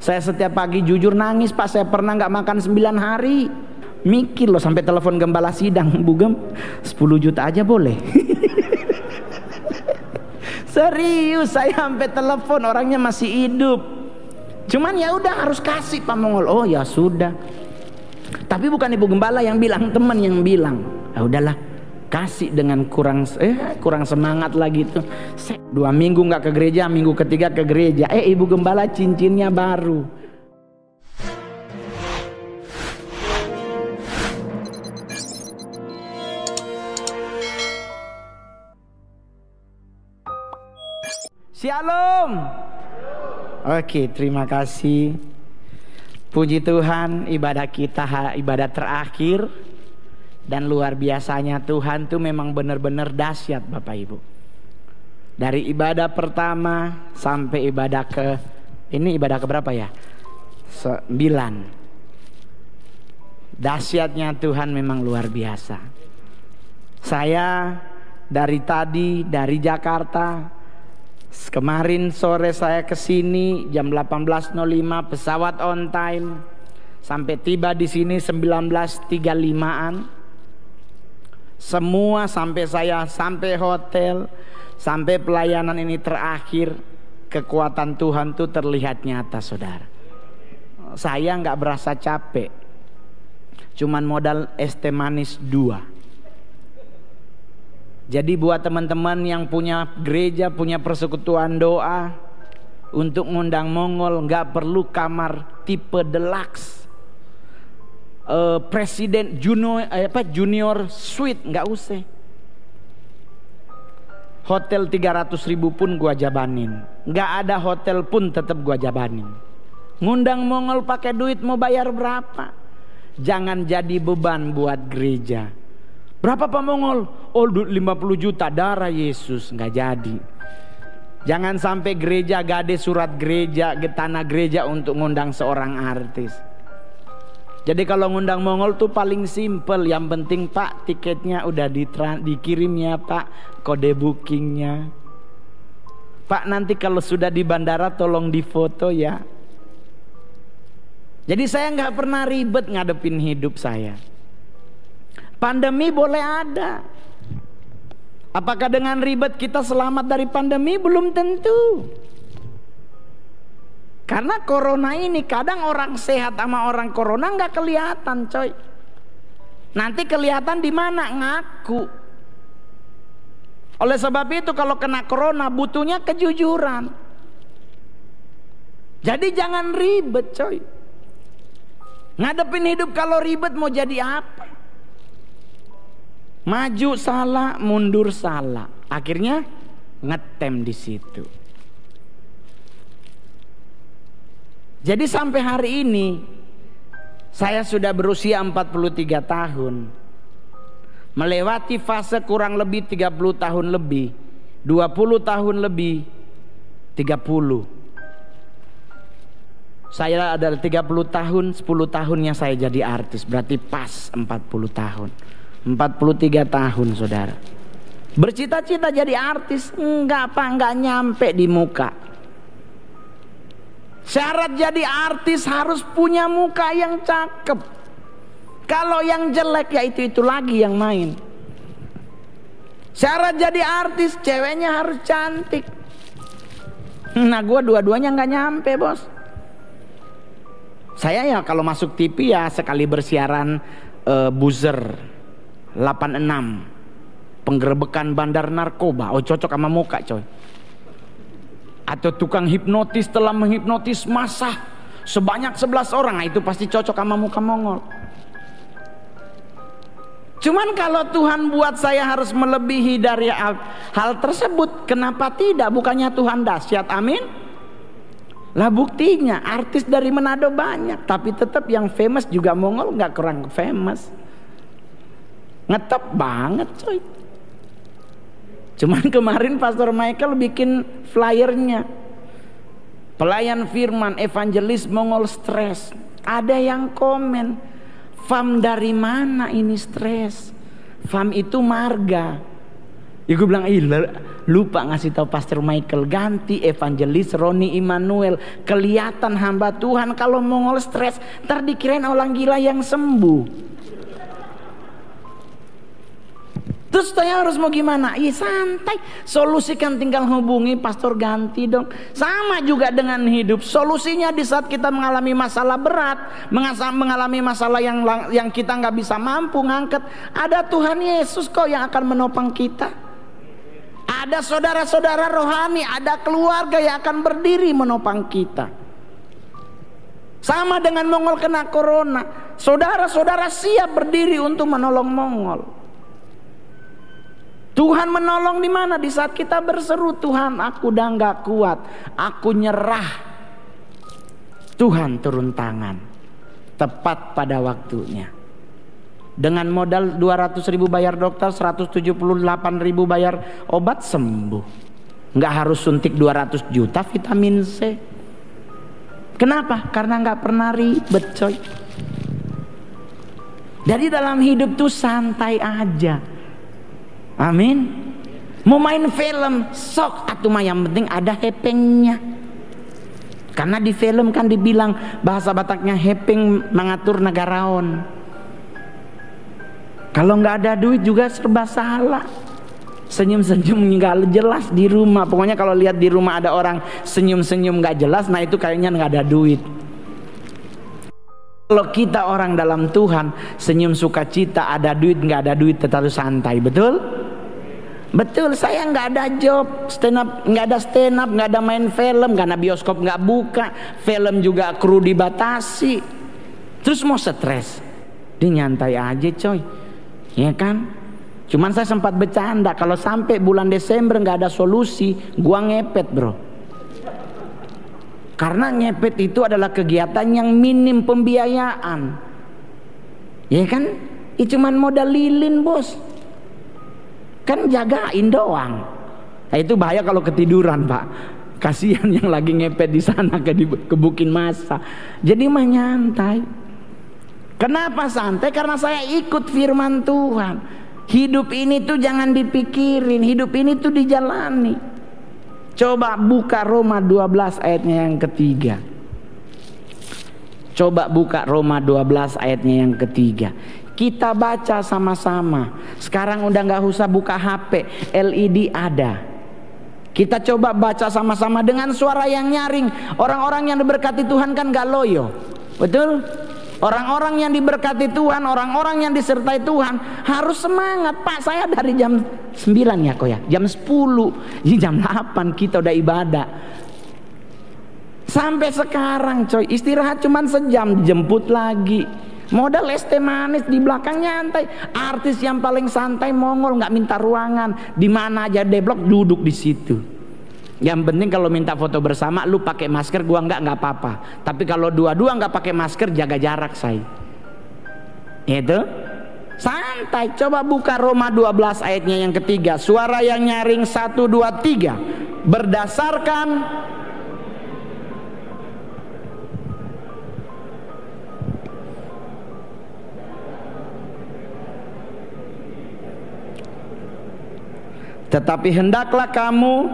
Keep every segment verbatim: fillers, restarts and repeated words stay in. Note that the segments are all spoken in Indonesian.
Saya setiap pagi jujur nangis Pak, saya pernah nggak makan sembilan hari. Mikir loh, sampai telepon gembala sidang, Bu Gem sepuluh juta aja boleh? Serius, saya sampai telepon, orangnya masih hidup. Cuman ya udah harus kasih Pak Mongol. Oh ya sudah. Tapi bukan Ibu Gembala yang bilang, teman yang bilang. Ya udahlah, kasih dengan kurang eh kurang semangat lagi tuh. Dua minggu nggak ke gereja, minggu ketiga ke gereja. Eh Ibu Gembala cincinnya baru. Shalom. Oke, terima kasih. Puji Tuhan, ibadah kita ibadah terakhir. Dan luar biasanya Tuhan tuh memang benar-benar dahsyat Bapak Ibu. Dari ibadah pertama sampai ibadah ke, ini ibadah ke berapa ya? Sembilan. Dahsyatnya Tuhan memang luar biasa. Saya dari tadi dari Jakarta, kemarin sore saya kesini jam delapan belas nol lima, pesawat on time, sampai tiba di sini sembilan belas tiga puluh limaan. Semua sampai saya sampai hotel, sampai pelayanan ini terakhir, kekuatan Tuhan tuh terlihat nyata saudara. Saya nggak berasa capek, cuman modal es teh manis dua. Jadi buat teman-teman yang punya gereja, punya persekutuan doa, untuk ngundang Mongol nggak perlu kamar tipe deluxe, uh, presiden junior, eh, apa junior suite, nggak usah. Hotel tiga ratus ribu pun gua jabanin, nggak ada hotel pun tetap gua jabanin. Ngundang Mongol pakai duit mau bayar berapa? Jangan jadi beban buat gereja. Berapa Pak Mongol? Oh lima puluh juta, darah Yesus. Nggak jadi. Jangan sampai gereja gade surat gereja, tanah gereja untuk ngundang seorang artis. Jadi kalau ngundang Mongol tuh paling simple. Yang penting Pak tiketnya udah dikirim ya Pak, kode bookingnya. Pak nanti kalau sudah di bandara tolong difoto ya. Jadi saya nggak pernah ribet ngadepin hidup saya. Pandemi boleh ada. Apakah dengan ribet kita selamat dari pandemi? Belum tentu. Karena corona ini kadang orang sehat sama orang corona nggak kelihatan, coy. Nanti kelihatan di mana? Ngaku. Oleh sebab itu kalau kena corona butuhnya kejujuran. Jadi jangan ribet, coy. Ngadepin hidup kalau ribet mau jadi apa? Maju salah, mundur salah. Akhirnya ngetem di situ. Jadi sampai hari ini saya sudah berusia empat puluh tiga tahun. Melewati fase kurang lebih tiga puluh tahun lebih, dua puluh tahun lebih, tiga puluh. Saya ada tiga puluh tahun, sepuluh tahunnya saya jadi artis. Berarti pas empat puluh tahun. empat puluh tiga tahun saudara. Bercita-cita jadi artis, enggak Pak, enggak nyampe di muka. Syarat jadi artis harus punya muka yang cakep. Kalau yang jelek ya itu-itu lagi yang main. Syarat jadi artis ceweknya harus cantik. Nah gue dua-duanya enggak nyampe bos. Saya ya kalau masuk T V ya sekali bersiaran uh, buzzer delapan enam, penggerebekan bandar narkoba. Oh cocok sama muka coy. Atau tukang hipnotis telah menghipnotis massa sebanyak sebelas orang. Nah, itu pasti cocok sama muka Mongol. Cuman kalau Tuhan buat saya harus melebihi dari hal, hal tersebut, kenapa tidak? Bukannya Tuhan dahsyat, amin. Lah buktinya artis dari Manado banyak, tapi tetap yang famous juga Mongol nggak kurang famous. Ngetop banget coy. Cuman kemarin Pastor Michael bikin flyernya, pelayan firman evangelis Mongol stres. Ada yang komen, fam dari mana ini stres? Fam itu marga. Ya gue bilang, ih lupa ngasih tahu Pastor Michael, ganti evangelis Roni Immanuel. Kelihatan hamba Tuhan kalau Mongol stres, ntar dikirain orang gila yang sembuh. Terus saya harus mau gimana? Iya santai, solusikan, tinggal hubungi pastor, ganti dong. Sama juga dengan hidup, solusinya di saat kita mengalami masalah berat, mengalami masalah yang yang kita nggak bisa mampu ngangkat, ada Tuhan Yesus kok yang akan menopang kita. Ada saudara-saudara rohani, ada keluarga yang akan berdiri menopang kita. Sama dengan Mongol kena corona, saudara-saudara siap berdiri untuk menolong Mongol. Tuhan menolong di mana? Di saat kita berseru, Tuhan aku udah nggak kuat, aku nyerah. Tuhan turun tangan tepat pada waktunya. Dengan modal dua ratus ribu bayar dokter, seratus tujuh puluh delapan ribu bayar obat, sembuh. Nggak harus suntik dua ratus juta vitamin C. Kenapa? Karena nggak pernah ribet, coy. Jadi dalam hidup tuh santai aja. Amin. Mau main film, sok atuh mah, yang penting ada hepengnya. Karena di film kan dibilang bahasa Bataknya hepeng mengatur negaraon. Kalau nggak ada duit juga serba salah. Senyum-senyum nggak jelas di rumah. Pokoknya kalau lihat di rumah ada orang senyum-senyum nggak jelas, nah itu kayaknya nggak ada duit. Kalau kita orang dalam Tuhan, senyum sukacita, ada duit nggak ada duit, tetap santai, betul? Betul. Saya nggak ada job, stand up nggak ada stand up, nggak ada main film, karena bioskop nggak buka, film juga kru dibatasi. Terus mau stres? Dia nyantai aja, coy, ya kan? Cuman saya sempat bercanda, kalau sampai bulan Desember nggak ada solusi, gua ngepet, bro. Karena ngepet itu adalah kegiatan yang minim pembiayaan, ya kan? Ya cuman modal lilin, bos. Kan jagain doang. Nah, itu bahaya kalau ketiduran, Pak. Kasihan yang lagi ngepet di sana ke kebukin masa. Jadi mah nyantai. Kenapa santai? Karena saya ikut firman Tuhan. Hidup ini tuh jangan dipikirin, hidup ini tuh dijalani. Coba buka Roma dua belas ayatnya yang ketiga. Coba buka Roma dua belas ayatnya yang ketiga. Kita baca sama-sama. Sekarang udah nggak usah buka H P, L E D ada. Kita coba baca sama-sama dengan suara yang nyaring. Orang-orang yang diberkati Tuhan kan nggak loyo, betul? Orang-orang yang diberkati Tuhan, orang-orang yang disertai Tuhan harus semangat. Pak, saya dari jam sembilan ya kok ya, jam sepuluh, ini jam delapan kita udah ibadah. Sampai sekarang coy, istirahat cuman sejam, dijemput lagi. Modal es teh manis di belakang nyantai. Artis yang paling santai Mongol, nggak minta ruangan, di mana aja deblok duduk di situ. Yang penting kalau minta foto bersama, lu pakai masker, gua nggak nggak apa-apa. Tapi kalau dua-dua nggak pakai masker, jaga jarak say. Itu santai. Coba buka Roma dua belas ayatnya yang ketiga. Suara yang nyaring satu dua tiga. Berdasarkan tetapi hendaklah kamu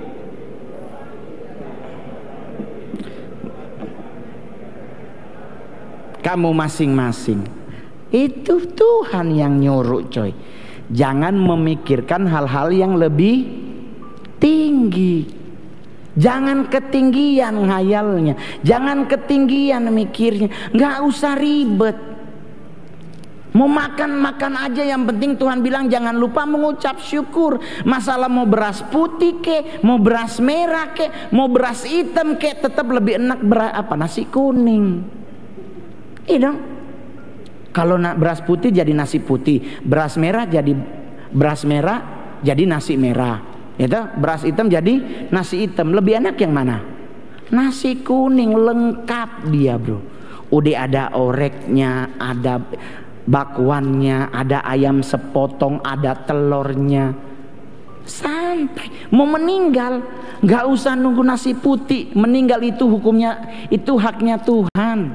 kamu masing-masing. Itu Tuhan yang nyuruh, coy. Jangan memikirkan hal-hal yang lebih tinggi. Jangan ketinggian ngayalnya, jangan ketinggian mikirnya. Nggak usah ribet. Mau makan-makan aja, yang penting Tuhan bilang jangan lupa mengucap syukur. Masalah mau beras putih ke, mau beras merah ke, mau beras hitam ke, tetap lebih enak beras apa nasi kuning. Iya dong. Kalau beras putih jadi nasi putih, beras merah jadi beras merah jadi nasi merah. Itu beras hitam jadi nasi hitam. Lebih enak yang mana? Nasi kuning, lengkap dia, bro. Udah ada oreknya, ada bakwannya, ada ayam sepotong, ada telurnya. Santai. Mau meninggal nggak usah nunggu nasi putih. Meninggal itu hukumnya, itu haknya Tuhan.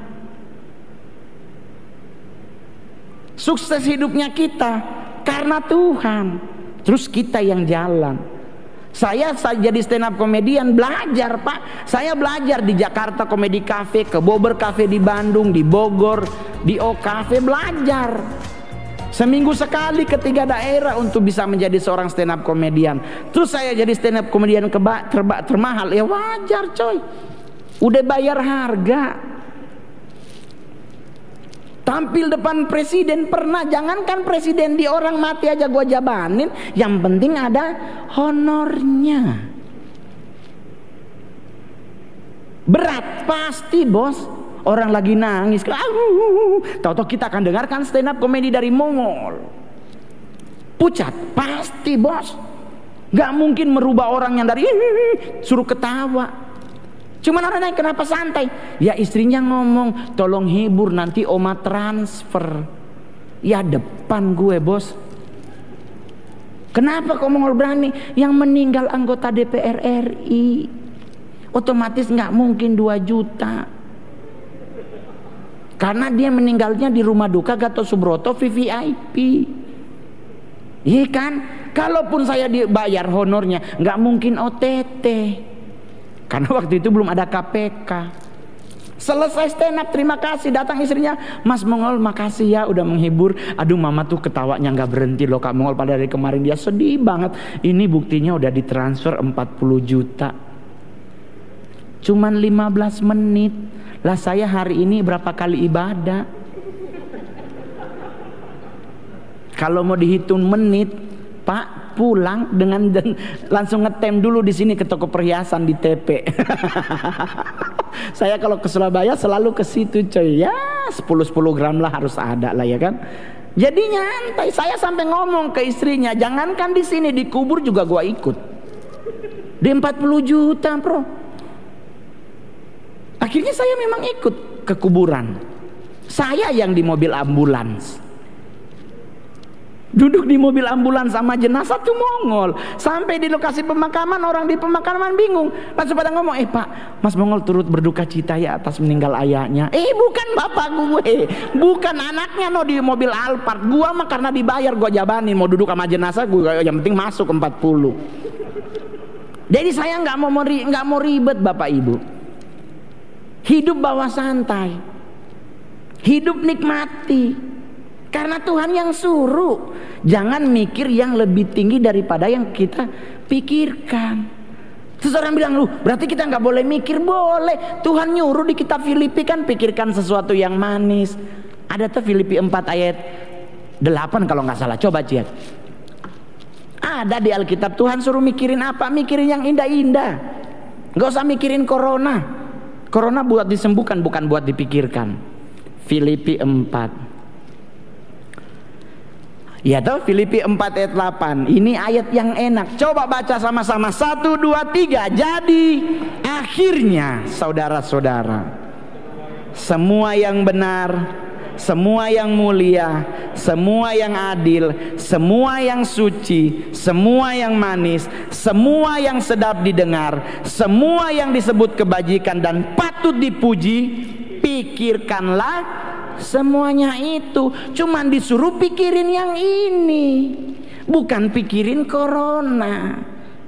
Sukses hidupnya kita karena Tuhan. Terus kita yang jalan. Saya, saya jadi stand up komedian belajar Pak. Saya belajar di Jakarta Comedy Cafe, ke Bobber Cafe di Bandung, di Bogor, di O Cafe, belajar seminggu sekali ke tiga daerah untuk bisa menjadi seorang stand up komedian. Terus saya jadi stand up komedian keba, terba, termahal. Ya wajar coy, udah bayar harga. Tampil depan presiden pernah, jangankan presiden, di orang mati aja gua jabanin. Yang penting ada honornya. Berat pasti bos. Orang lagi nangis, tahu-tahu kita akan dengarkan stand up komedi dari Mongol. Pucat pasti bos. Gak mungkin merubah orang yang dari suruh ketawa. Cuman orang naik, kenapa santai? Ya istrinya ngomong, tolong hibur nanti oma transfer. Ya depan gue bos. Kenapa kok Mongol berani? Yang meninggal anggota D P R R I, otomatis gak mungkin dua juta. Karena dia meninggalnya di rumah duka Gatot Subroto V V I P. Iya kan? Kalaupun saya dibayar honornya, gak mungkin O T T. Karena waktu itu belum ada K P K. Selesai stand up, terima kasih, datang istrinya, Mas Mongol makasih ya udah menghibur. Aduh mama tuh ketawanya nggak berhenti loh Kak Mongol, pada dari kemarin dia sedih banget. Ini buktinya udah ditransfer empat puluh juta. Cuman lima belas menit. Lah saya hari ini berapa kali ibadah? Kalau mau dihitung menit, Pak, pulang dengan dan langsung ngetem dulu di sini ke toko perhiasan di T P. Saya kalau ke Surabaya selalu ke situ coy. Ya sepuluh sepuluh gram lah harus ada lah ya kan. Jadi nyantai. Saya sampai ngomong ke istrinya, jangankan di sini, di kubur juga gua ikut. Di empat puluh juta bro. Akhirnya saya memang ikut ke kuburan. Saya yang di mobil ambulans. Duduk di mobil ambulans sama jenazah tuh Mongol. Sampai di lokasi pemakaman, orang di pemakaman bingung. Langsung pada ngomong, eh Pak, Mas Mongol turut berduka cita ya atas meninggal ayahnya. Eh bukan bapak gue, bukan anaknya no di mobil Alphard. Gua mah karena dibayar gua jabanin, mau duduk sama jenazah gue, yang penting masuk empat puluh. Jadi saya nggak mau nggak mau ribet Bapak Ibu. Hidup bawah santai, hidup nikmati. Karena Tuhan yang suruh. Jangan mikir yang lebih tinggi daripada yang kita pikirkan. Terus orang bilang, lu berarti kita nggak boleh mikir? Boleh. Tuhan nyuruh di kitab Filipi kan, pikirkan sesuatu yang manis. Ada tuh Filipi empat ayat delapan kalau nggak salah. Coba cek. Ada di Alkitab. Tuhan suruh mikirin apa? Mikirin yang indah-indah. Nggak usah mikirin corona. Corona buat disembuhkan, bukan buat dipikirkan. Filipi empat. Ya toh, Filipi empat ayat delapan. Ini ayat yang enak. Coba baca sama-sama. Satu, dua, tiga. Jadi akhirnya saudara-saudara, semua yang benar, semua yang mulia, semua yang adil, semua yang suci, semua yang manis, semua yang sedap didengar, semua yang disebut kebajikan dan patut dipuji, pikirkanlah semuanya itu. Cuman disuruh pikirin yang ini, bukan pikirin corona.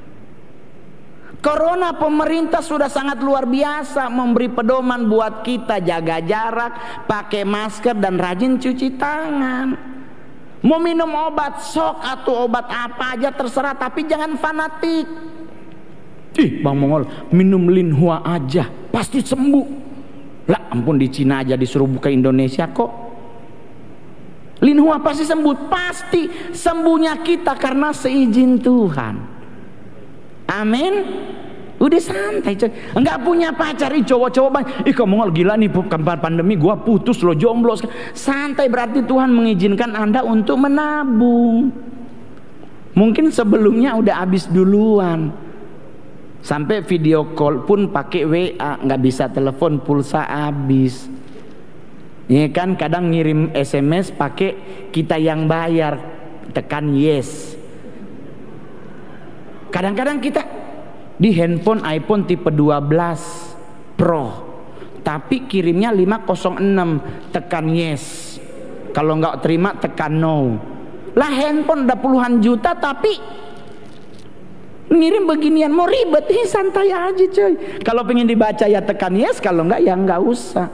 Corona pemerintah sudah sangat luar biasa memberi pedoman buat kita jaga jarak, pakai masker dan rajin cuci tangan. Mau minum obat sok atau obat apa aja terserah, tapi jangan fanatik. Ih Bang Mongol, minum Linhua aja pasti sembuh. Lah ampun, di Cina aja disuruh buka Indonesia kok. Linhua pasti sembuh. Pasti sembuhnya kita karena seizin Tuhan. Amin. Udah santai coy. Enggak punya pacar, ih cowok-cowok banyak. Ih kamu Mongol gila nih, kapan pandemi gua putus lo, jomblo. Santai, berarti Tuhan mengizinkan Anda untuk menabung. Mungkin sebelumnya udah habis duluan. Sampai video call pun pakai W A, nggak bisa telepon, pulsa habis. Ini kan kadang ngirim S M S pakai kita yang bayar, tekan yes. Kadang-kadang kita di handphone iPhone tipe dua belas Pro, tapi kirimnya lima nol enam, tekan yes. Kalau nggak terima tekan no. Lah handphone udah puluhan juta tapi Ngirim beginian mau ribet, ih santai aja coy. Kalau pengen dibaca ya tekan yes, kalau enggak ya enggak usah.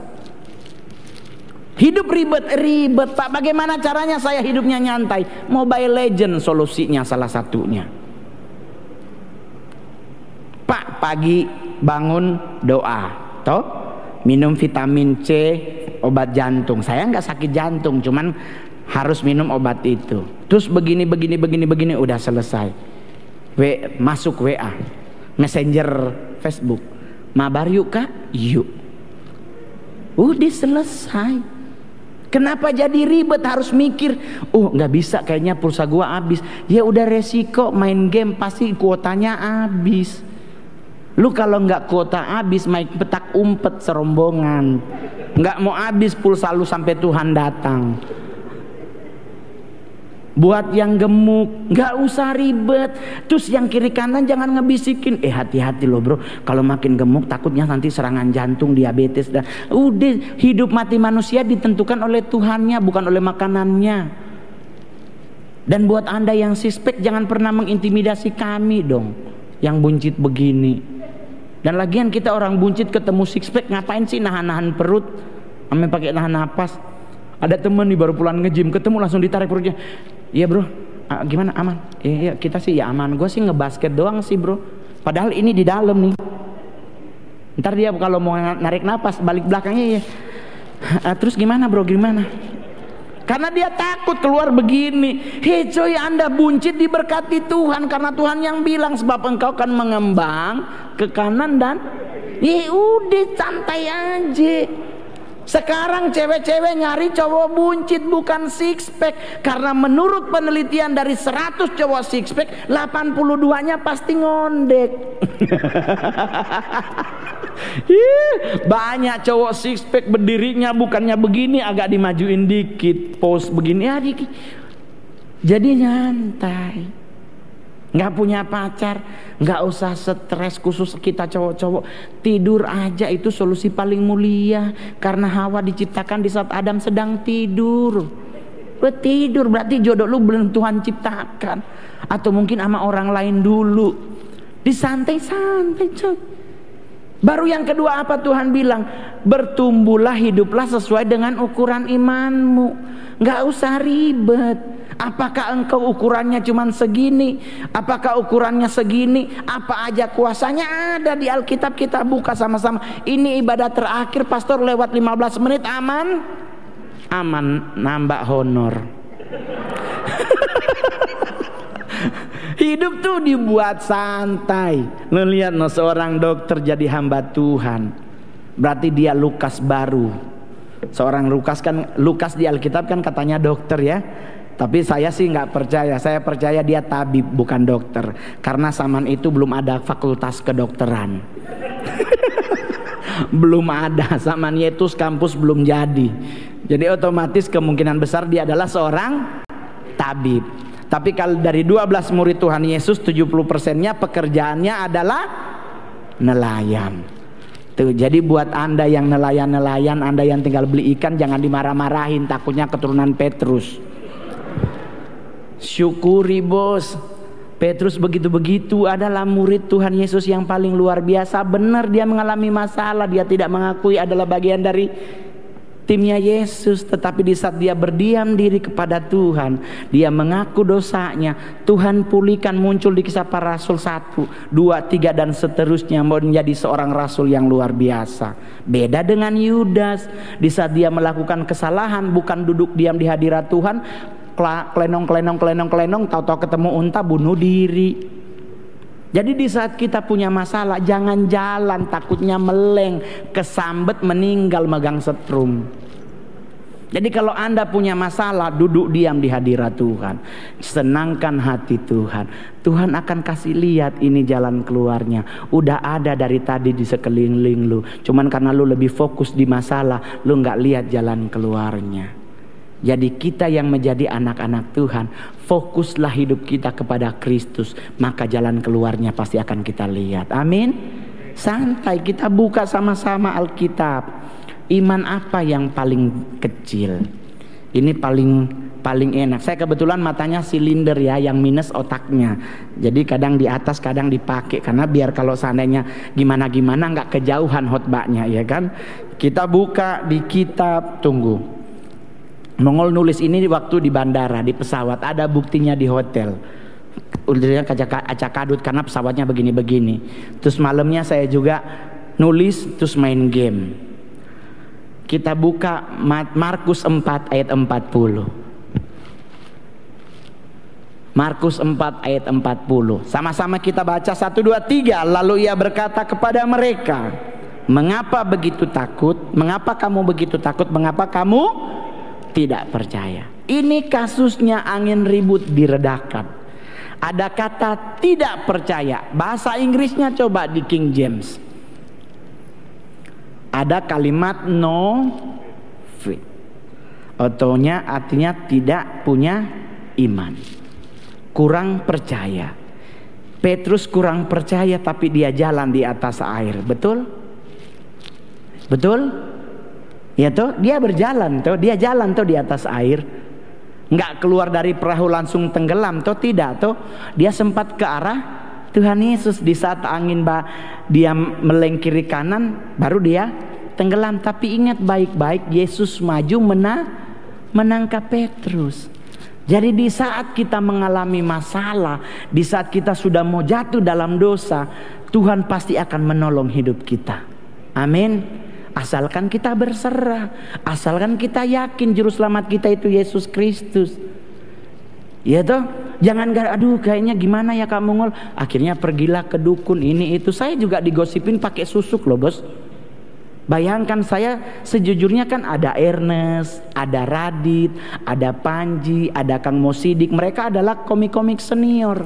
Hidup ribet-ribet Pak, bagaimana caranya saya hidupnya nyantai? Mobile Legend solusinya salah satunya. Pak, pagi bangun doa, toh minum vitamin C, obat jantung. Saya nggak sakit jantung, cuman harus minum obat itu. Terus begini begini begini begini udah selesai. W, masuk W A, Messenger Facebook. Mabar yuk Kak? Yuk. Udah selesai. Kenapa jadi ribet harus mikir? Oh nggak bisa kayaknya pulsa gua habis. Ya udah resiko main game pasti kuotanya habis. Lu kalau nggak kuota habis main petak umpet serombongan. Nggak mau habis pulsa lu sampai Tuhan datang. Buat yang gemuk nggak usah ribet. Terus yang kiri kanan jangan ngebisikin, eh hati-hati loh bro, kalau makin gemuk takutnya nanti serangan jantung, diabetes. Dan udah, hidup mati manusia ditentukan oleh Tuhannya, bukan oleh makanannya. Dan buat anda yang six-pack, jangan pernah mengintimidasi kami dong yang buncit begini. Dan lagian kita orang buncit ketemu six-pack ngapain sih nahan-nahan perut sampai pakai nahan napas. Ada temen nih baru pulang nge-gym, ketemu langsung ditarik perutnya. Iya bro, ah, gimana aman? Iya kita sih ya aman. Gue sih ngebasket doang sih bro. Padahal ini di dalam nih. Ntar dia kalau mau narik napas balik belakangnya ya. Ah, terus gimana bro? Gimana? Karena dia takut keluar begini. Hei coy, anda buncit diberkati Tuhan karena Tuhan yang bilang sebab engkau akan mengembang ke kanan dan ya udah santai aja. Sekarang cewek-cewek nyari cowok buncit bukan six pack, karena menurut penelitian dari seratus cowok six pack delapan puluh dua nya pasti ngondek. Banyak cowok six pack berdirinya bukannya begini, agak dimajuin dikit, pose begini ya dikit. Jadi nyantai. Nggak punya pacar, nggak usah stres. Khusus kita cowok-cowok, tidur aja itu solusi paling mulia. Karena Hawa diciptakan di saat Adam sedang tidur. Lu tidur berarti jodoh lu belum Tuhan ciptakan, atau mungkin sama orang lain dulu. Disantai-santai coy. Baru yang kedua apa Tuhan bilang? Bertumbuhlah, hiduplah sesuai dengan ukuran imanmu. Nggak usah ribet. Apakah engkau ukurannya cuma segini? Apakah ukurannya segini? Apa aja kuasanya ada di Alkitab, kita buka sama-sama. Ini ibadah terakhir, pastor lewat lima belas menit, aman? Aman, nambah honor. Hidup tuh dibuat santai. Lo lihat no, seorang dokter jadi hamba Tuhan, berarti dia Lukas baru. Seorang Lukas kan, Lukas di Alkitab kan katanya dokter ya. Tapi saya sih nggak percaya. Saya percaya dia tabib bukan dokter, karena zaman itu belum ada fakultas kedokteran. Belum ada, zaman Yesus kampus belum jadi. Jadi otomatis kemungkinan besar dia adalah seorang tabib. Tapi kalau dari dua belas murid Tuhan Yesus, tujuh puluh persennya pekerjaannya adalah nelayan. Tuh, jadi buat anda yang nelayan-nelayan, anda yang tinggal beli ikan, jangan dimarah-marahin, takutnya keturunan Petrus. Syukuri bos, Petrus begitu-begitu adalah murid Tuhan Yesus yang paling luar biasa. Benar dia mengalami masalah, dia tidak mengakui adalah bagian dari timnya Yesus. Tetapi di saat dia berdiam diri kepada Tuhan, dia mengaku dosanya, Tuhan pulihkan, muncul di Kisah Para Rasul satu, dua, tiga dan seterusnya, menjadi seorang rasul yang luar biasa. Beda dengan Yudas, di saat dia melakukan kesalahan bukan duduk diam di hadirat Tuhan, klenong klenong klenong klenong, tahu-tahu ketemu unta bunuh diri. Jadi di saat kita punya masalah jangan jalan, takutnya meleng, kesambet, meninggal megang setrum. Jadi kalau anda punya masalah, duduk diam di hadirat Tuhan, senangkan hati Tuhan. Tuhan akan kasih lihat ini jalan keluarnya. Udah ada dari tadi di sekeliling lu, cuman karena lu lebih fokus di masalah, lu nggak lihat jalan keluarnya. Jadi kita yang menjadi anak-anak Tuhan, fokuslah hidup kita kepada Kristus, maka jalan keluarnya pasti akan kita lihat. Amin. Santai, kita buka sama-sama Alkitab. Iman apa yang paling kecil? ini paling paling enak. Saya kebetulan matanya silinder ya, yang minus otaknya. Jadi kadang di atas, kadang dipakai karena biar kalau seandainya gimana-gimana nggak kejauhan khotbahnya, ya kan. Kita buka di kitab, tunggu. Mongol nulis ini waktu di bandara, di pesawat, ada buktinya di hotel. Udah kaca acak kadut karena pesawatnya begini-begini. Terus malamnya saya juga nulis, terus main game. Kita buka Markus empat ayat empat puluh. Markus empat ayat empat puluh. Sama-sama kita baca satu dua tiga. Lalu ia berkata kepada mereka, mengapa begitu takut? Mengapa kamu begitu takut? Mengapa kamu tidak percaya? Ini kasusnya angin ribut diredakan. Ada kata tidak percaya. Bahasa Inggrisnya coba di King James. Ada kalimat no faith. Otonya artinya tidak punya iman, kurang percaya. Petrus kurang percaya tapi dia jalan di atas air. Betul? Betul? Ya toh, dia berjalan toh, dia jalan toh di atas air. Enggak keluar dari perahu langsung tenggelam toh, tidak toh. Dia sempat ke arah Tuhan Yesus. Di saat angin bah, dia meleng kiri kanan, baru dia tenggelam. Tapi ingat baik-baik, Yesus maju mena, menangkap Petrus. Jadi di saat kita mengalami masalah, di saat kita sudah mau jatuh dalam dosa, Tuhan pasti akan menolong hidup kita. Amin. Asalkan kita berserah, asalkan kita yakin juru selamat kita itu Yesus Kristus. Ya toh, jangan aduh kayaknya gimana ya kamu ngol. Akhirnya pergilah ke dukun ini itu. Saya juga digosipin pakai susuk loh bos. Bayangkan saya sejujurnya kan ada Ernest, ada Radit, ada Panji, ada Kang Mosidik. Mereka adalah komik-komik senior.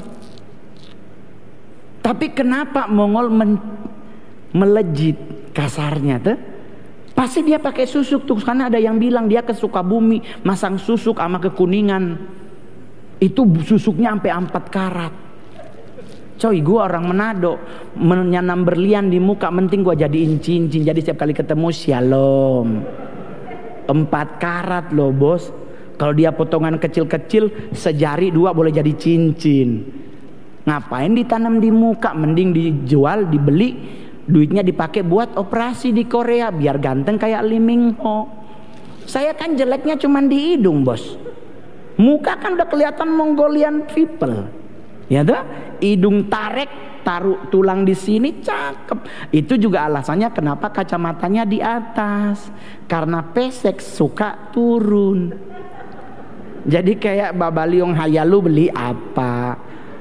Tapi kenapa Mongol men- melejit kasarnya tuh? Pasti dia pakai susuk tuh, karena ada yang bilang dia ke Sukabumi masang susuk sama ke Kuningan. Itu susuknya sampai empat karat. Coy, gue orang Manado, menyanam berlian di muka, penting gue jadiin cincin. Jadi setiap kali ketemu shalom. Empat karat loh bos. Kalau dia potongan kecil-kecil, sejari dua boleh jadi cincin. Ngapain ditanam di muka? Mending dijual, dibeli. Duitnya dipakai buat operasi di Korea biar ganteng kayak Lee Min Ho. Saya kan jeleknya cuman di hidung bos. Muka kan udah kelihatan Mongolian people. Ya tuh, hidung tarik, taruh tulang di sini, cakep. Itu juga alasannya kenapa kacamatanya di atas. Karena pesek suka turun. Jadi kayak Babaliong Hayalu beli apa?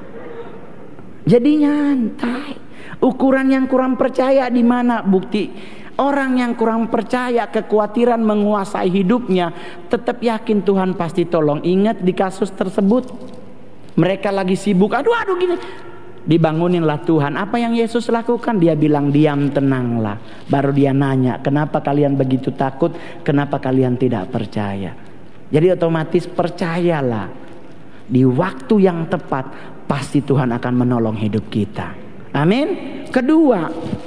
Jadi nyantai. Ukuran yang kurang percaya di mana? Bukti orang yang kurang percaya, kekhawatiran menguasai hidupnya, tetap yakin Tuhan pasti tolong. Ingat di kasus tersebut, mereka lagi sibuk, aduh aduh gini, dibanguninlah Tuhan. Apa yang Yesus lakukan? Dia bilang diam, tenanglah. Baru dia nanya, kenapa kalian begitu takut? Kenapa kalian tidak percaya? Jadi otomatis percayalah, di waktu yang tepat pasti Tuhan akan menolong hidup kita. Amin. Kedua,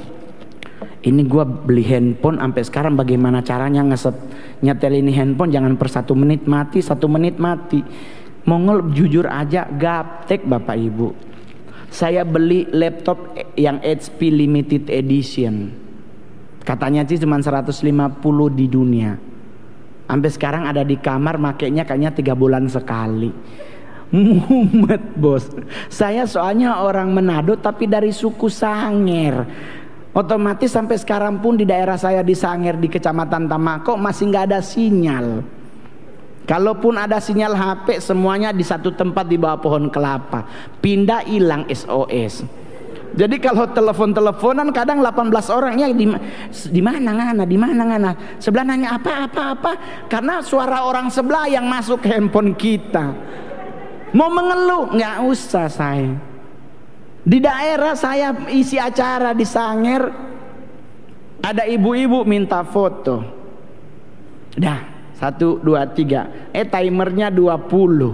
ini gue beli handphone sampai sekarang bagaimana caranya ngeset nyetel ini handphone, jangan per satu menit mati, satu menit mati. Mongol jujur aja gaptek bapak ibu. Saya beli laptop yang H P limited edition. Katanya sih cuma seratus lima puluh di dunia. Sampai sekarang ada di kamar, makainya kayaknya tiga bulan sekali. Mumet bos. Saya soalnya orang Manado tapi dari suku Sanger. Otomatis sampai sekarang pun di daerah saya di Sanger, di kecamatan Tamako, masih nggak ada sinyal. Kalaupun ada sinyal H P, semuanya di satu tempat di bawah pohon kelapa. Pindah hilang S O S. Jadi kalau telepon-teleponan kadang delapan belas orangnya di di mana ngana, di mana ngana. Sebelah nanya apa apa apa, karena suara orang sebelah yang masuk ke handphone kita. Mau mengeluh nggak usah saya. Di daerah saya isi acara di Sanger, ada ibu-ibu minta foto. Dah satu dua tiga, eh timernya dua puluh.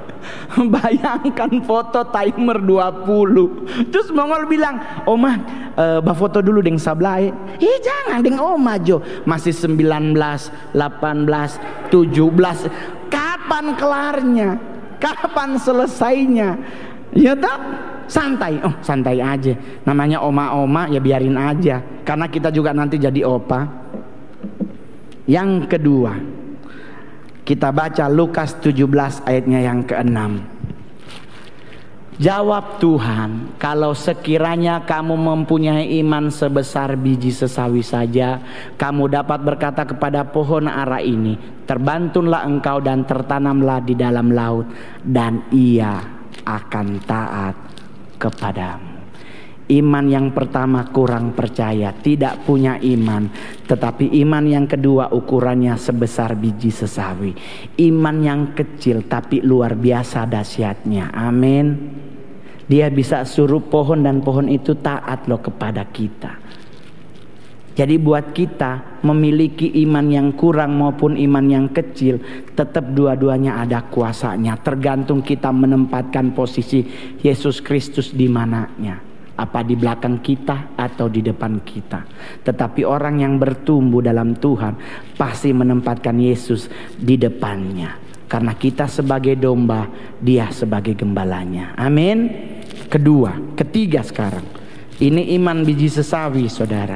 Bayangkan foto timer dua puluh. Terus Mongol bilang, Omah e, bah foto dulu deng sablai. Ih jangan deng oma jo. Masih sembilan belas, delapan belas, tujuh belas. Kapan kelarnya? Kapan selesainya? Ya tak? Santai. Oh santai aja. Namanya oma-oma ya biarin aja. Karena kita juga nanti jadi opa. Yang kedua, kita baca Lukas tujuh belas ayatnya yang keenam. Jawab Tuhan, kalau sekiranya kamu mempunyai iman sebesar biji sesawi saja, kamu dapat berkata kepada pohon ara ini, terbantunlah engkau dan tertanamlah di dalam laut, dan ia akan taat kepadamu. Iman yang pertama kurang percaya, tidak punya iman. Tetapi iman yang kedua ukurannya sebesar biji sesawi. Iman yang kecil tapi luar biasa dahsyatnya. Amin. Dia bisa suruh pohon dan pohon itu taat loh kepada kita. Jadi buat kita memiliki iman yang kurang maupun iman yang kecil, tetap dua-duanya ada kuasanya. Tergantung kita menempatkan posisi Yesus Kristus di mananya. Apa di belakang kita atau di depan kita. Tetapi orang yang bertumbuh dalam Tuhan pasti menempatkan Yesus di depannya. Karena kita sebagai domba, dia sebagai gembalanya. Amin. Kedua, ketiga sekarang. Ini iman biji sesawi, saudara.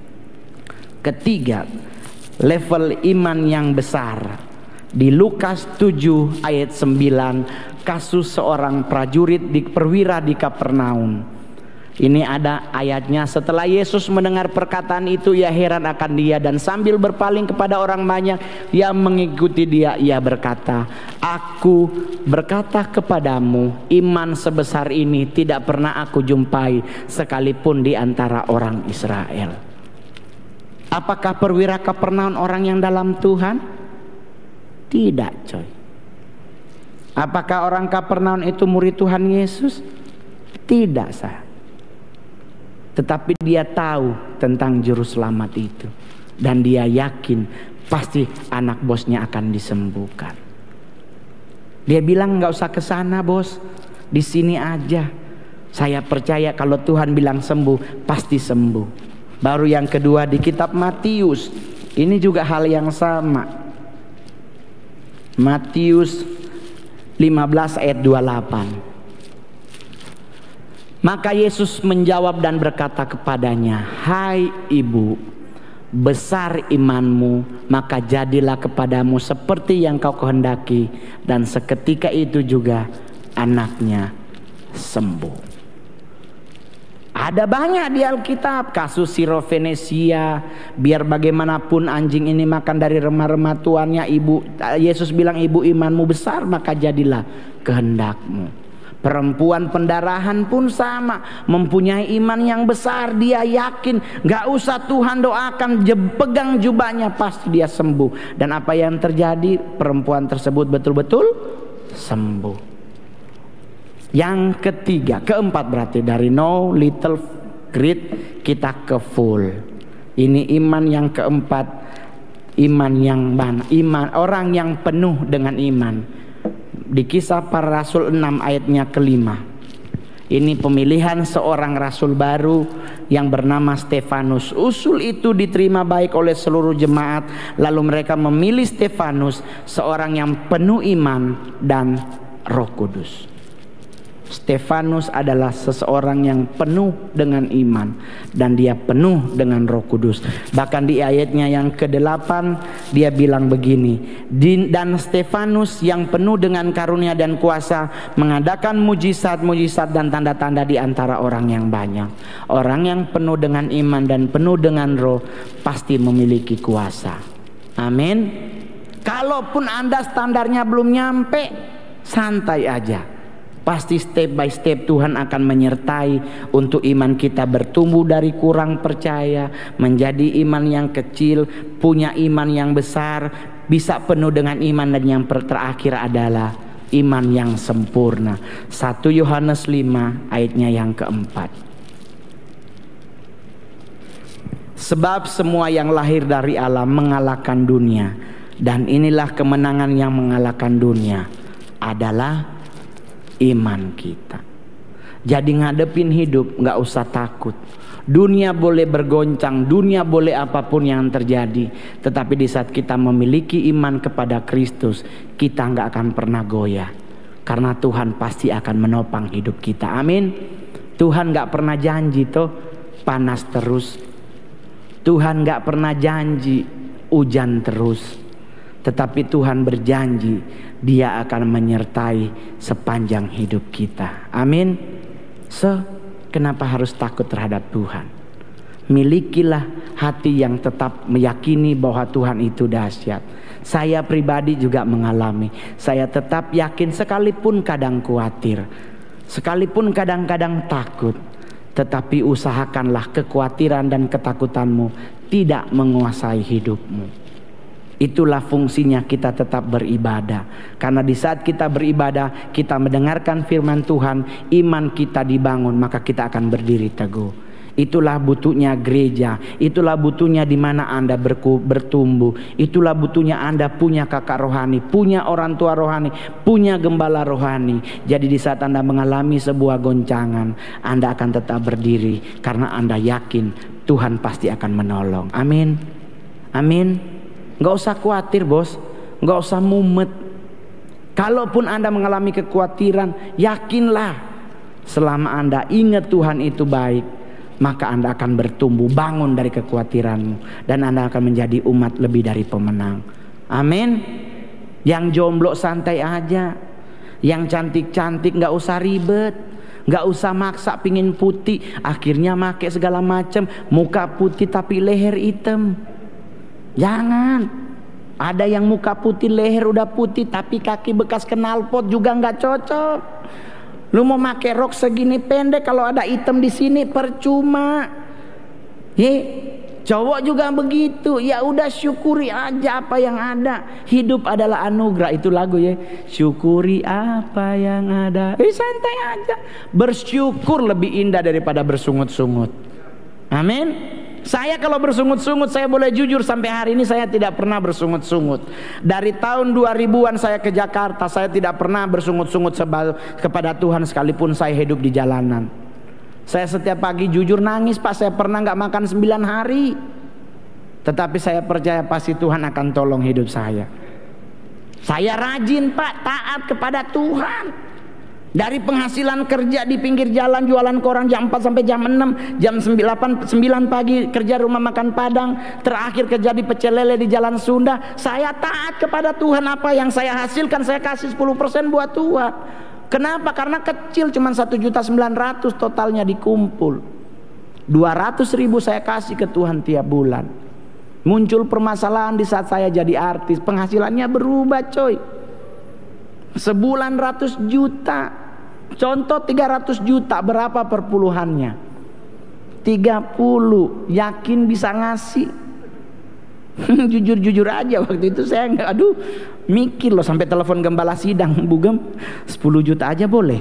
Ketiga, level iman yang besar. Di Lukas tujuh ayat sembilan, kasus seorang prajurit di perwira di Kapernaum. Ini ada ayatnya. Setelah Yesus mendengar perkataan itu, ia heran akan dia, dan sambil berpaling kepada orang banyak yang mengikuti dia, ia berkata, aku berkata kepadamu, iman sebesar ini tidak pernah aku jumpai sekalipun di antara orang Israel. Apakah perwira Kapernaum orang yang dalam Tuhan? Tidak, coy. Apakah orang Kapernaum itu murid Tuhan Yesus? Tidak, saya. Tetapi dia tahu tentang juru selamat itu, dan dia yakin pasti anak bosnya akan disembuhkan. Dia bilang nggak usah ke sana bos, di sini aja. Saya percaya kalau Tuhan bilang sembuh, pasti sembuh. Baru yang kedua di kitab Matius, ini juga hal yang sama. Matius lima belas ayat dua puluh delapan. Maka Yesus menjawab dan berkata kepadanya, hai ibu, besar imanmu, maka jadilah kepadamu seperti yang kau kehendaki. Dan seketika itu juga anaknya sembuh. Ada banyak di Alkitab kasus Sirofenesia. Biar bagaimanapun anjing ini makan dari remah-remah tuannya, ibu Yesus bilang, ibu imanmu besar, maka jadilah kehendakmu. Perempuan pendarahan pun sama, mempunyai iman yang besar. Dia yakin gak usah Tuhan doakan, pegang jubahnya pasti dia sembuh. Dan apa yang terjadi? Perempuan tersebut betul-betul sembuh. Yang ketiga, keempat berarti dari no, little, great, kita ke full. Ini iman yang keempat. Iman yang mana? Iman orang yang penuh dengan iman. Di Kisah Para Rasul enam ayatnya kelima. Ini pemilihan seorang rasul baru yang bernama Stefanus. Usul itu diterima baik oleh seluruh jemaat. Lalu mereka memilih Stefanus, seorang yang penuh iman dan Roh Kudus. Stefanus adalah seseorang yang penuh dengan iman dan dia penuh dengan Roh Kudus. Bahkan di ayatnya yang kedelapan dia bilang begini, dan Stefanus yang penuh dengan karunia dan kuasa mengadakan mujizat-mujizat dan tanda-tanda di antara orang yang banyak. Orang yang penuh dengan iman dan penuh dengan Roh pasti memiliki kuasa. Amin. Kalaupun Anda standarnya belum nyampe, santai aja. Pasti step by step Tuhan akan menyertai untuk iman kita bertumbuh dari kurang percaya menjadi iman yang kecil, punya iman yang besar, bisa penuh dengan iman, dan yang terakhir adalah iman yang sempurna. satu Yohanes lima ayatnya yang keempat. Sebab semua yang lahir dari Allah mengalahkan dunia, dan inilah kemenangan yang mengalahkan dunia adalah iman kita. Jadi ngadepin hidup gak usah takut. Dunia boleh bergoncang, dunia boleh apapun yang terjadi, tetapi di saat kita memiliki iman kepada Kristus, kita nggak akan pernah goyah, karena Tuhan pasti akan menopang hidup kita. Amin. Tuhan nggak pernah janji toh panas terus. Tuhan nggak pernah janji hujan terus, tetapi Tuhan berjanji Dia akan menyertai sepanjang hidup kita. Amin. So, kenapa harus takut terhadap Tuhan? Milikilah hati yang tetap meyakini bahwa Tuhan itu dahsyat. Saya pribadi juga mengalami. Saya tetap yakin sekalipun kadang khawatir, sekalipun kadang-kadang takut, tetapi usahakanlah kekhawatiran dan ketakutanmu tidak menguasai hidupmu. Itulah fungsinya kita tetap beribadah. Karena di saat kita beribadah, kita mendengarkan firman Tuhan, iman kita dibangun, maka kita akan berdiri teguh. Itulah butuhnya gereja. Itulah butuhnya di mana Anda bertumbuh. Itulah butuhnya Anda punya kakak rohani, punya orang tua rohani, punya gembala rohani. Jadi di saat Anda mengalami sebuah goncangan, Anda akan tetap berdiri karena Anda yakin Tuhan pasti akan menolong. Amin. Amin. Gak usah khawatir bos, gak usah mumet. Kalaupun Anda mengalami kekhawatiran, yakinlah selama Anda ingat Tuhan itu baik, maka Anda akan bertumbuh, bangun dari kekhawatiranmu, dan Anda akan menjadi umat lebih dari pemenang. Amin. Yang jomblo santai aja, yang cantik-cantik gak usah ribet, gak usah maksa pingin putih, akhirnya make segala macam, muka putih tapi leher hitam. Jangan. Ada yang muka putih, leher udah putih, tapi kaki bekas knalpot juga nggak cocok. Lu mau pakai rok segini pendek, kalau ada hitam di sini percuma. Ye, cowok juga begitu. Ya udah syukuri aja apa yang ada. Hidup adalah anugerah, itu lagu ya. Syukuri apa yang ada. Eh santai aja. Bersyukur lebih indah daripada bersungut-sungut. Amin. Saya kalau bersungut-sungut, saya boleh jujur sampai hari ini saya tidak pernah bersungut-sungut. Dari tahun dua ribuan saya ke Jakarta, saya tidak pernah bersungut-sungut kepada Tuhan sekalipun saya hidup di jalanan. Saya setiap pagi jujur nangis, Pak, saya pernah gak makan sembilan hari. Tetapi saya percaya pasti Tuhan akan tolong hidup saya. Saya rajin Pak, taat kepada Tuhan. Dari penghasilan kerja di pinggir jalan jualan koran jam empat sampai jam enam, jam sembilan pagi kerja rumah makan Padang, terakhir kerja di pecel lele di Jalan Sunda. Saya taat kepada Tuhan, apa yang saya hasilkan saya kasih sepuluh persen buat Tuhan. Kenapa? Karena kecil, cuma satu juta sembilan ratus totalnya dikumpul. dua ratus ribu saya kasih ke Tuhan tiap bulan. Muncul permasalahan di saat saya jadi artis, penghasilannya berubah coy. Sebulan ratus juta. Contoh tiga ratus juta, berapa perpuluhannya? tiga puluh. Yakin bisa ngasih? Jujur-jujur aja waktu itu saya nggak, aduh mikir loh, sampai telepon gembala sidang, Bu Gem sepuluh juta aja boleh?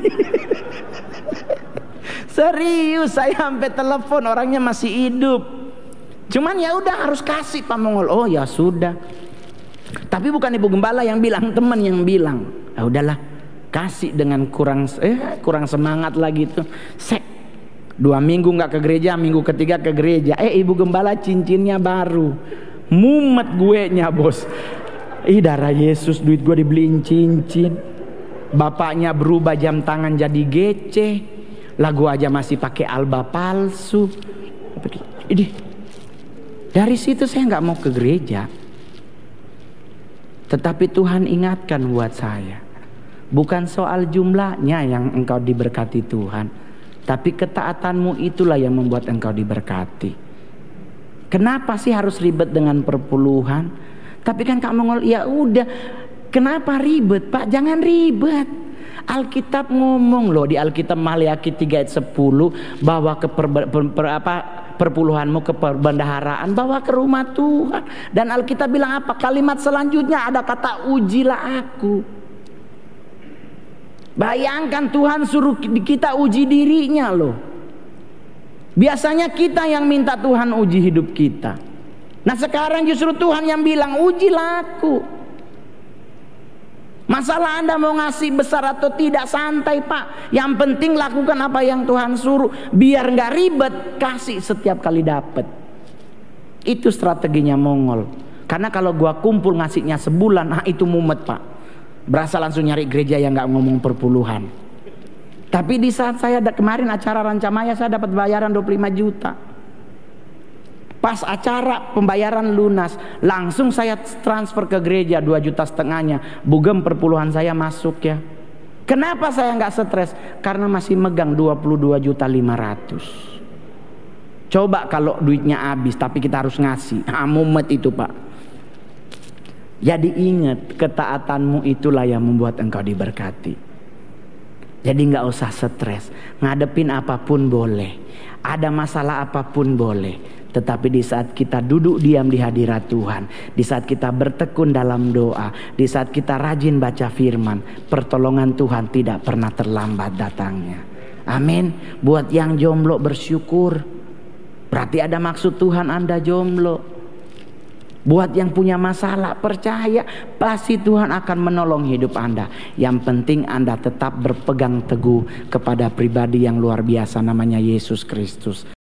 Serius, saya sampai telepon, orangnya masih hidup. Cuman ya udah harus kasih Pak Mongol. Oh ya sudah. Tapi bukan Ibu Gembala yang bilang, teman yang bilang. Ya udahlah, kasih dengan kurang eh kurang semangat lagi tuh. Sek. Dua minggu nggak ke gereja, minggu ketiga ke gereja. Eh Ibu Gembala cincinnya baru. Mumet gue nya bos. Ih darah Yesus, duit gue dibeliin cincin. Bapaknya berubah jam tangan jadi gece. Lagu aja masih pakai alba palsu. Ini dari situ saya nggak mau ke gereja. Tetapi Tuhan ingatkan buat saya, bukan soal jumlahnya yang engkau diberkati Tuhan, tapi ketaatanmu itulah yang membuat engkau diberkati. Kenapa sih harus ribet dengan perpuluhan? Tapi kan Kak Mongol, ya udah, kenapa ribet Pak? Jangan ribet. Alkitab ngomong loh di Alkitab Maleakhi tiga ayat sepuluh bahwa ke per, per, per, apa, perpuluhanmu ke perbendaharaan, bawa ke rumah Tuhan. Dan Alkitab bilang apa? Kalimat selanjutnya ada kata ujilah aku. Bayangkan Tuhan suruh kita uji dirinya loh. Biasanya kita yang minta Tuhan uji hidup kita. Nah sekarang justru Tuhan yang bilang ujilah aku. Masalah Anda mau ngasih besar atau tidak, santai Pak. Yang penting lakukan apa yang Tuhan suruh. Biar gak ribet, kasih setiap kali dapat. Itu strateginya Mongol. Karena kalau gua kumpul ngasihnya sebulan, nah itu mumet Pak. Berasa langsung nyari gereja yang gak ngomong perpuluhan. Tapi di saat saya ada kemarin acara Rancamaya, saya dapat bayaran dua puluh lima juta. Pas acara pembayaran lunas, langsung saya transfer ke gereja dua juta setengahnya. Bugem perpuluhan saya masuk ya. Kenapa saya nggak stres? Karena masih megang dua puluh dua juta lima ratus. Coba kalau duitnya habis tapi kita harus ngasih. Ah, mumet itu Pak. Jadi ingat, ketaatanmu itulah yang membuat engkau diberkati. Jadi nggak usah stres. Ngadepin apapun boleh. Ada masalah apapun boleh. Tetapi di saat kita duduk diam di hadirat Tuhan, di saat kita bertekun dalam doa, di saat kita rajin baca firman, pertolongan Tuhan tidak pernah terlambat datangnya. Amin. Buat yang jomblo bersyukur. Berarti ada maksud Tuhan Anda jomblo. Buat yang punya masalah, percaya pasti Tuhan akan menolong hidup Anda. Yang penting Anda tetap berpegang teguh kepada pribadi yang luar biasa namanya Yesus Kristus.